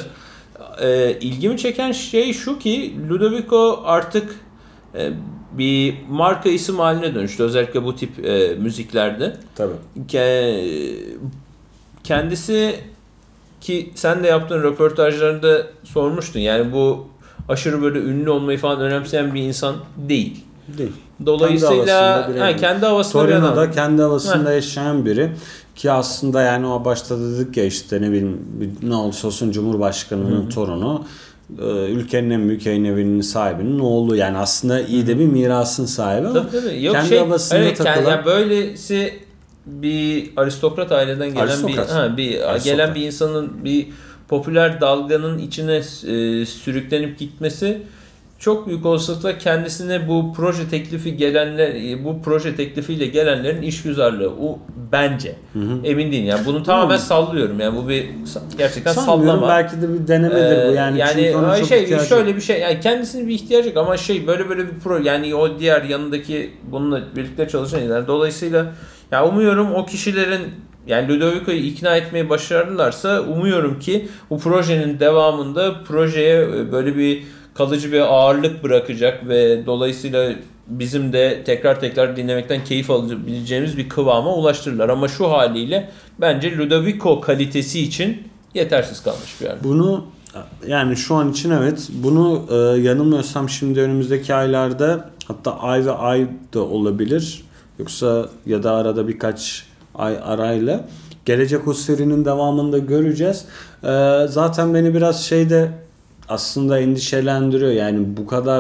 [SPEAKER 2] E, ilgimi çeken şey şu ki Ludovico artık e, bir marka isim haline dönüştü. Özellikle bu tip e, müziklerde.
[SPEAKER 1] Tabii.
[SPEAKER 2] Ke- kendisi ki sen de yaptığın röportajlarında sormuştun. Yani bu aşırı böyle ünlü olmayı falan önemseyen bir insan değil.
[SPEAKER 1] Değil.
[SPEAKER 2] Dolayısıyla kendi havasında, ha, kendi havasında
[SPEAKER 1] Torino'da kendi havasında ha. yaşayan biri. Ki aslında yani o başta dedik ya işte ne bileyim ne olursa olsun Cumhurbaşkanı'nın Hı-hı. torunu, ülkenin en büyük yayın evinin sahibinin oğlu, yani aslında iyi de bir mirasın sahibi ama
[SPEAKER 2] tabii, tabii. Yok,
[SPEAKER 1] kendi
[SPEAKER 2] şey,
[SPEAKER 1] babasında
[SPEAKER 2] evet,
[SPEAKER 1] takılan.
[SPEAKER 2] Yani böylesi bir aristokrat aileden gelen aristokrat. bir ha, bir aristokrat. gelen bir insanın bir popüler dalganın içine e, sürüklenip gitmesi çok büyük olasılıkla kendisine bu proje teklifi gelenler bu proje teklifiyle gelenlerin işgüzarlığı o bence. Hı hı. Emin değilim. Yani bunu tamamen hı. sallıyorum. Yani bu bir gerçekten sallama.
[SPEAKER 1] Belki de bir denemedir ee, bu yani.
[SPEAKER 2] Yani şey şöyle bir şey. Yani kendisinin bir ihtiyacı yok ama şey böyle böyle bir proje, yani o diğer yanındaki bununla birlikte çalışan insanlar. Dolayısıyla ya umuyorum o kişilerin, yani Ludovico'yu ikna etmeyi başarırlarsa umuyorum ki bu projenin devamında projeye böyle bir kalıcı bir ağırlık bırakacak ve dolayısıyla bizim de tekrar tekrar dinlemekten keyif alabileceğimiz bir kıvama ulaştırırlar. Ama şu haliyle bence Ludovico kalitesi için yetersiz kalmış bir yer.
[SPEAKER 1] Bunu yani şu an için evet. Bunu e, yanılmıyorsam şimdi önümüzdeki aylarda, hatta ay ve ay da olabilir. Yoksa ya da arada birkaç ay arayla gelecek o serinin devamında göreceğiz. E, zaten beni biraz şeyde aslında endişelendiriyor. Yani bu kadar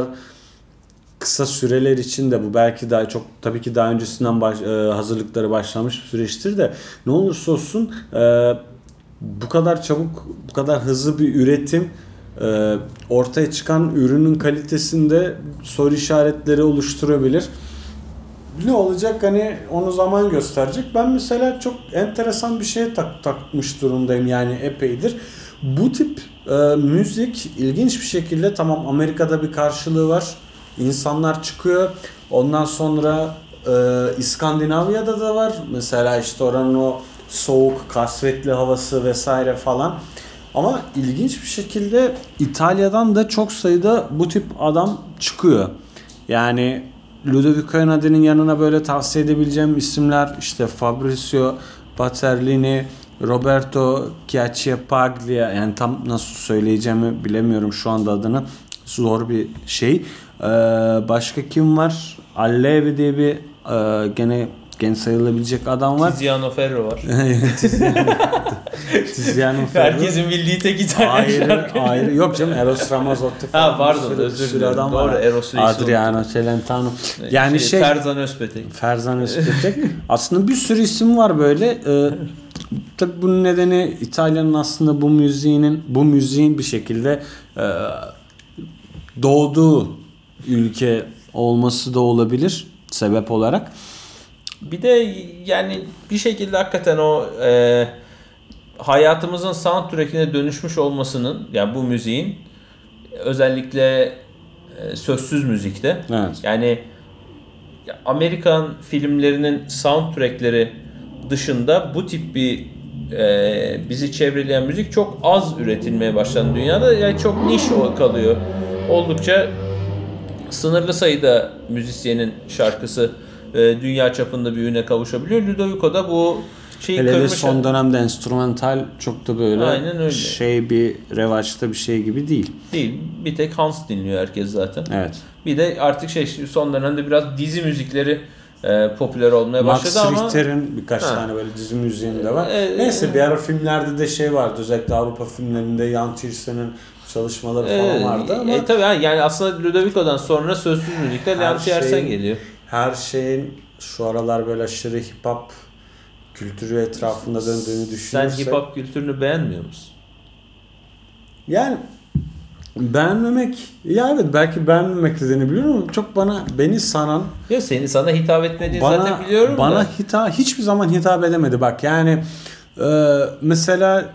[SPEAKER 1] kısa süreler için de bu belki daha çok tabii ki daha öncesinden baş, e, hazırlıkları başlamış bir süreçtir de ne olursa olsun e, bu kadar çabuk, bu kadar hızlı bir üretim e, ortaya çıkan ürünün kalitesinde soru işaretleri oluşturabilir. Ne olacak hani onu zaman gösterecek. Ben mesela çok enteresan bir şeye tak, takmış durumdayım yani epeydir. Bu tip e, müzik ilginç bir şekilde, tamam Amerika'da bir karşılığı var. İnsanlar çıkıyor. Ondan sonra e, İskandinavya'da da var. Mesela işte oranın o soğuk, kasvetli havası vesaire falan. Ama ilginç bir şekilde İtalya'dan da çok sayıda bu tip adam çıkıyor. Yani Ludovico Einaudí'nin yanına böyle tavsiye edebileceğim isimler işte Fabrizio Paterlini, Roberto Chiappaglia, yani tam nasıl söyleyeceğimi bilemiyorum şu anda adını. Zor bir şey. Ee, başka kim var? Allevi diye bir e, gene genç sayılabilecek adam var.
[SPEAKER 2] Tiziano Ferro var.
[SPEAKER 1] Tiziano Ferro.
[SPEAKER 2] Herkesin bildiği tek İtalyan şarkı.
[SPEAKER 1] Ayrı yok canım, Eros Ramazzotti falan.
[SPEAKER 2] Ha pardon, sürü, özür dilerim. Adam doğru, Eros Reis.
[SPEAKER 1] Adriano Celentano. Yani şey, şey
[SPEAKER 2] Ferzan Özpetek.
[SPEAKER 1] Ferzan Özpetek. Aslında bir sürü isim var böyle. Ee, tabii bunun nedeni İtalya'nın aslında bu müziğinin bu müziğin bir şekilde e, doğduğu ülke olması da olabilir sebep olarak.
[SPEAKER 2] Bir de yani bir şekilde hakikaten o e, hayatımızın soundtrack'ine dönüşmüş olmasının, yani bu müziğin özellikle e, sözsüz müzikte,
[SPEAKER 1] evet.
[SPEAKER 2] Yani Amerikan filmlerinin soundtrack'leri dışında bu tip bir e, bizi çevreleyen müzik çok az üretilmeye başlandı dünyada. Yani çok niş kalıyor. Oldukça sınırlı sayıda müzisyenin şarkısı e, dünya çapında bir üne kavuşabiliyor. Ludovico da bu şeyi
[SPEAKER 1] hele
[SPEAKER 2] kırmış.
[SPEAKER 1] Hele son dönemde enstrümantal çok da böyle
[SPEAKER 2] aynen öyle.
[SPEAKER 1] Şey bir revaçta bir şey gibi değil.
[SPEAKER 2] Değil. Bir tek Hans dinliyor herkes zaten.
[SPEAKER 1] Evet.
[SPEAKER 2] Bir de artık şey son dönemde biraz dizi müzikleri e, popüler olmaya başladı ama.
[SPEAKER 1] Max Richter'in birkaç ha. tane böyle dizi müziğinde var. E, Neyse bir ara filmlerde de şey vardı. Özellikle Avrupa filmlerinde Jan Tiersen'in çalışmaları e, falan vardı ama.
[SPEAKER 2] E, tabii yani aslında Ludovico'dan sonra sözsüz müzikte Jan Tiersen geliyor.
[SPEAKER 1] Her şeyin şu aralar böyle aşırı hip hop kültürü etrafında döndüğünü düşünürsek.
[SPEAKER 2] Sen hip hop kültürünü beğenmiyor musun?
[SPEAKER 1] Yani beğenmemek, ya evet belki beğenmemek de denebiliyorum ama çok bana beni sanan.
[SPEAKER 2] Ya seni sana hitap etmediğini
[SPEAKER 1] bana,
[SPEAKER 2] zaten biliyorum
[SPEAKER 1] bana
[SPEAKER 2] da.
[SPEAKER 1] Bana hitap hiçbir zaman hitap edemedi bak yani e, mesela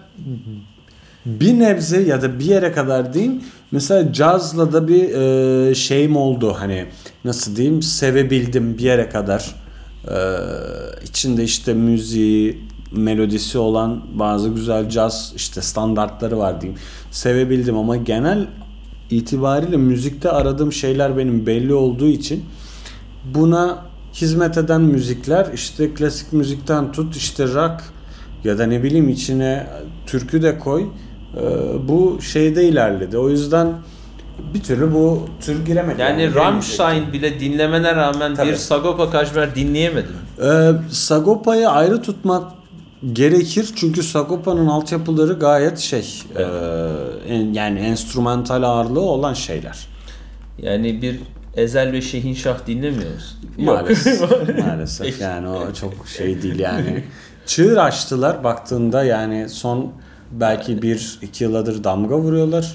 [SPEAKER 1] bir nebze ya da bir yere kadar diyeyim. Mesela cazla da bir e, şeyim oldu, hani nasıl diyeyim, sevebildim bir yere kadar. E, içinde işte müziği, melodisi olan bazı güzel caz işte standartları var diyeyim. Sevebildim ama genel itibariyle müzikte aradığım şeyler benim belli olduğu için buna hizmet eden müzikler işte klasik müzikten tut işte rock ya da ne bileyim içine türkü de koy. Bu şeyde ilerledi. O yüzden bir türlü bu tür giremedi.
[SPEAKER 2] Yani, yani Rammstein bile dinlemene rağmen tabii. Bir Sagopa Kajmer dinleyemedim.
[SPEAKER 1] Ee, Sagopa'yı ayrı tutmak gerekir çünkü Sagopa'nın altyapıları gayet şey
[SPEAKER 2] Evet.
[SPEAKER 1] e, en, yani enstrümantal ağırlığı olan şeyler.
[SPEAKER 2] Yani bir Ezel ve Şehinşah dinlemiyoruz.
[SPEAKER 1] Maalesef. Maalesef yani o çok şey değil yani. Çığır açtılar baktığında yani son belki bir iki yıldır damga vuruyorlar.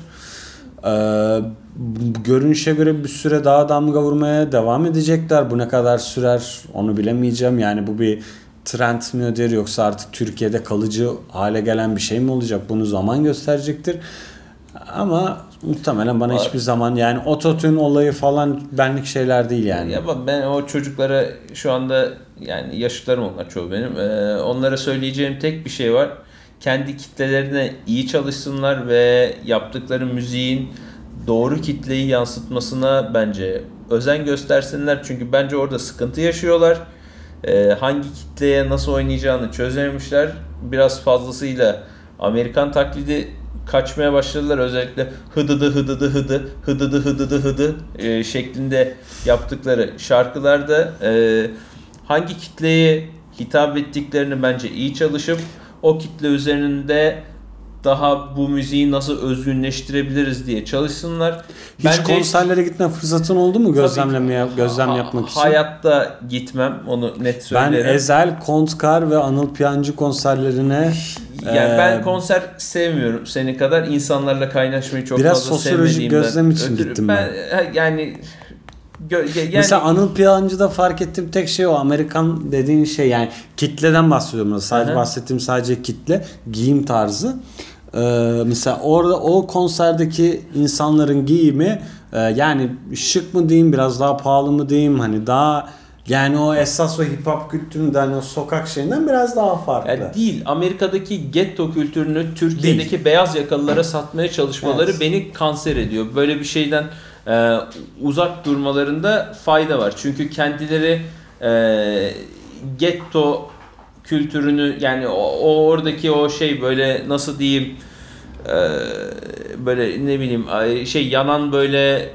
[SPEAKER 1] Ee, görünüşe göre bir süre daha damga vurmaya devam edecekler. Bu ne kadar sürer onu bilemeyeceğim. Yani bu bir trend midir yoksa artık Türkiye'de kalıcı hale gelen bir şey mi olacak? Bunu zaman gösterecektir. Ama muhtemelen bana hiçbir zaman yani ototune olayı falan benlik şeyler değil yani.
[SPEAKER 2] Ya bak ben o çocuklara şu anda yani yaşıtlarım onlar çoğu benim. Ee, onlara söyleyeceğim tek bir şey var. Kendi kitlelerine iyi çalışsınlar ve yaptıkları müziğin doğru kitleyi yansıtmasına bence özen göstersinler. Çünkü bence orada sıkıntı yaşıyorlar. Ee, hangi kitleye nasıl oynayacağını çözememişler. Biraz fazlasıyla Amerikan taklidi kaçmaya başladılar. Özellikle hıdıdı hıdıdı hıdı hıdıdı hıdıdı hıdı e, şeklinde yaptıkları şarkılarda e, hangi kitleye hitap ettiklerini bence iyi çalışıp o kitle üzerinde daha bu müziği nasıl özgünleştirebiliriz diye çalışsınlar.
[SPEAKER 1] Hiç
[SPEAKER 2] Bence
[SPEAKER 1] konserlere gitme fırsatın oldu mu gözlemlemeye gözlem
[SPEAKER 2] ha,
[SPEAKER 1] yapmak için?
[SPEAKER 2] Hayatta gitmem onu net söylerim.
[SPEAKER 1] Ben Ezel, Kontkar ve Anıl Piyancı konserlerine
[SPEAKER 2] yani
[SPEAKER 1] e,
[SPEAKER 2] ben konser sevmiyorum senin kadar. İnsanlarla kaynaşmayı çok
[SPEAKER 1] biraz
[SPEAKER 2] fazla
[SPEAKER 1] sosyolojik
[SPEAKER 2] sevmediğimden
[SPEAKER 1] gözlem için
[SPEAKER 2] ötürü
[SPEAKER 1] gittim
[SPEAKER 2] ben. Yani, gö- yani
[SPEAKER 1] mesela Anıl Piyancı'da fark ettiğim tek şey o Amerikan dediğin şey yani kitleden bahsediyorum. Sadece
[SPEAKER 2] Hı-hı.
[SPEAKER 1] bahsettiğim sadece kitle, giyim tarzı. Ee, mesela orada o konserdeki insanların giyimi e, yani şık mı diyeyim biraz daha pahalı mı diyeyim hani daha yani o esas o hip hop kültüründen o sokak şeyinden biraz daha farklı.
[SPEAKER 2] Yani değil. Amerika'daki getto kültürünü Türkiye'deki değil. Beyaz yakalılara satmaya çalışmaları evet. beni kanser ediyor. Böyle bir şeyden e, uzak durmalarında fayda var. Çünkü kendileri e, getto kültürünü yani o, o oradaki o şey böyle nasıl diyeyim e, böyle ne bileyim şey yanan böyle e,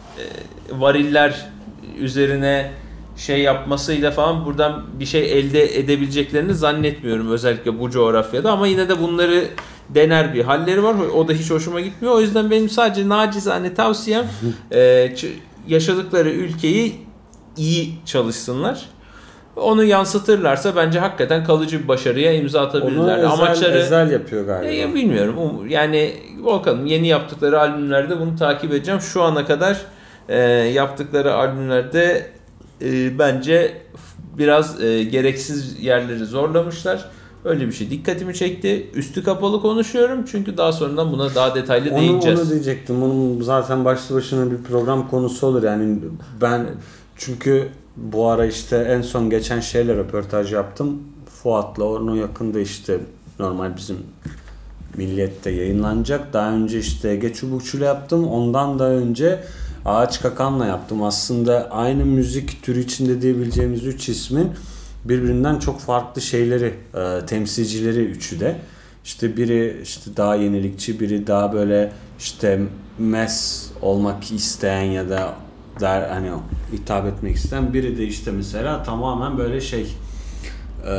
[SPEAKER 2] variller üzerine şey yapmasıyla falan buradan bir şey elde edebileceklerini zannetmiyorum özellikle bu coğrafyada ama yine de bunları dener bir halleri var. O da hiç hoşuma gitmiyor. O yüzden benim sadece nacizane tavsiyem e, yaşadıkları ülkeyi iyi çalışsınlar. Onu yansıtırlarsa bence hakikaten kalıcı bir başarıya imza atabilirler.
[SPEAKER 1] Onu özel,
[SPEAKER 2] Amaçları
[SPEAKER 1] özel yapıyor galiba.
[SPEAKER 2] E, bilmiyorum. Yani bakalım yeni yaptıkları albümlerde bunu takip edeceğim. Şu ana kadar e, yaptıkları albümlerde e, bence biraz e, gereksiz yerleri zorlamışlar. Öyle bir şey dikkatimi çekti. Üstü kapalı konuşuyorum çünkü daha sonradan buna daha detaylı
[SPEAKER 1] onu,
[SPEAKER 2] değineceğiz.
[SPEAKER 1] Onu diyecektim. Onun zaten başlı başına bir program konusu olur. Yani ben çünkü bu ara işte en son geçen şeyle röportaj yaptım. Fuat'la onun yakında işte normal bizim Milliyet'te yayınlanacak. Daha önce işte Ege Çubukçu'yla yaptım. Ondan da önce Ağaç Kakan'la yaptım. Aslında aynı müzik türü içinde diyebileceğimiz üç ismin birbirinden çok farklı şeyleri, e, temsilcileri üçü de. İşte biri işte daha yenilikçi, biri daha böyle işte mass olmak isteyen ya da der hani hitap etmek isteyen, biri de işte mesela tamamen böyle şey e,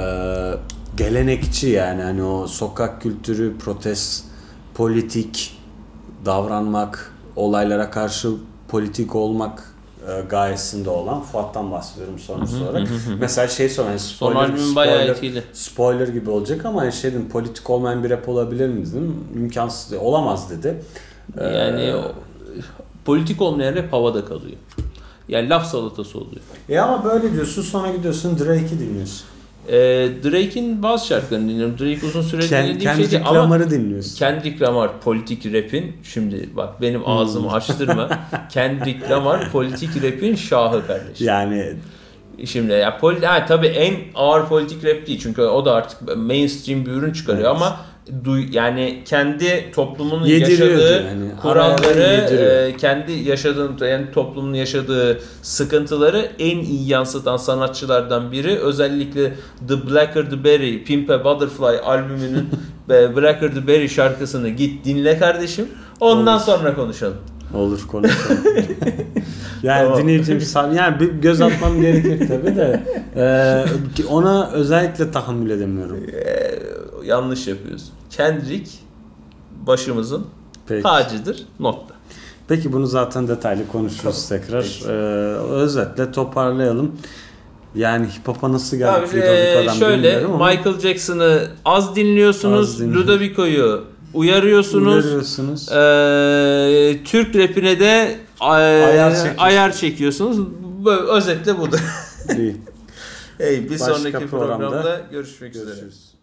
[SPEAKER 1] gelenekçi yani hani o sokak kültürü, protest, politik davranmak, olaylara karşı politik olmak e, gayesinde olan Fuat'tan bahsediyorum sonuç olarak. Mesela şey sonra yani spoiler, spoiler, spoiler gibi olacak ama şey dedim politik olmayan bir rap olabilir mi dedim. İmkansız olamaz dedi.
[SPEAKER 2] Yani ee, o, politik olmayan rap havada kalıyor. Yani laf salatası oluyor.
[SPEAKER 1] E ama böyle diyorsun sonra gidiyorsun Drake'i dinliyorsun.
[SPEAKER 2] Ee, Drake'in bazı şarkılarını dinliyorum. Drake uzun süre
[SPEAKER 1] Ken,
[SPEAKER 2] dinlediğim şeydi ama
[SPEAKER 1] Kendrick Lamar'ı dinliyorsun.
[SPEAKER 2] Kendrick Lamar politik rap'in şimdi bak benim ağzımı açtırma. Kendrick Lamar politik rap'in şahı kardeşim.
[SPEAKER 1] Yani
[SPEAKER 2] şimdi ya poli ha tabii en ağır politik rap değil çünkü o da artık mainstream bir ürün çıkarıyor evet. ama duy yani kendi toplumunun yaşadığı yani. kuralları e, kendi yaşadığı yani toplumun yaşadığı sıkıntıları en iyi yansıtan sanatçılardan biri. Özellikle The Blacker the Berry, Pimp a Butterfly albümünün Blacker the Berry şarkısını git dinle kardeşim. Ondan Olur. sonra konuşalım.
[SPEAKER 1] Olur konuşalım. Yani
[SPEAKER 2] Tamam.
[SPEAKER 1] dinleyicim yani bir göz atmam gerekir tabii de ee, ona özellikle tahammül edemiyorum.
[SPEAKER 2] Ee, yanlış yapıyorsun. Kendrick başımızın
[SPEAKER 1] Peki.
[SPEAKER 2] tacıdır. Nokta.
[SPEAKER 1] Peki bunu zaten detaylı konuşuruz
[SPEAKER 2] Tamam.
[SPEAKER 1] tekrar. Ee, özetle toparlayalım. Yani hip hop'a nasıl
[SPEAKER 2] Abi,
[SPEAKER 1] geldik
[SPEAKER 2] e,
[SPEAKER 1] Ludovico'dan
[SPEAKER 2] şöyle
[SPEAKER 1] bilmiyorum ama
[SPEAKER 2] Michael Jackson'ı az dinliyorsunuz.
[SPEAKER 1] Az dinliyorum.
[SPEAKER 2] Ludovico'yu uyarıyorsunuz.
[SPEAKER 1] uyarıyorsunuz.
[SPEAKER 2] Ee, Türk rapine de e,
[SPEAKER 1] Ayar çekiyorsunuz.
[SPEAKER 2] ayar çekiyorsunuz. Bu, özetle budur.
[SPEAKER 1] İyi.
[SPEAKER 2] Hey, bir
[SPEAKER 1] Başka
[SPEAKER 2] sonraki
[SPEAKER 1] programda
[SPEAKER 2] programda görüşmek üzere.
[SPEAKER 1] Görüşürüz.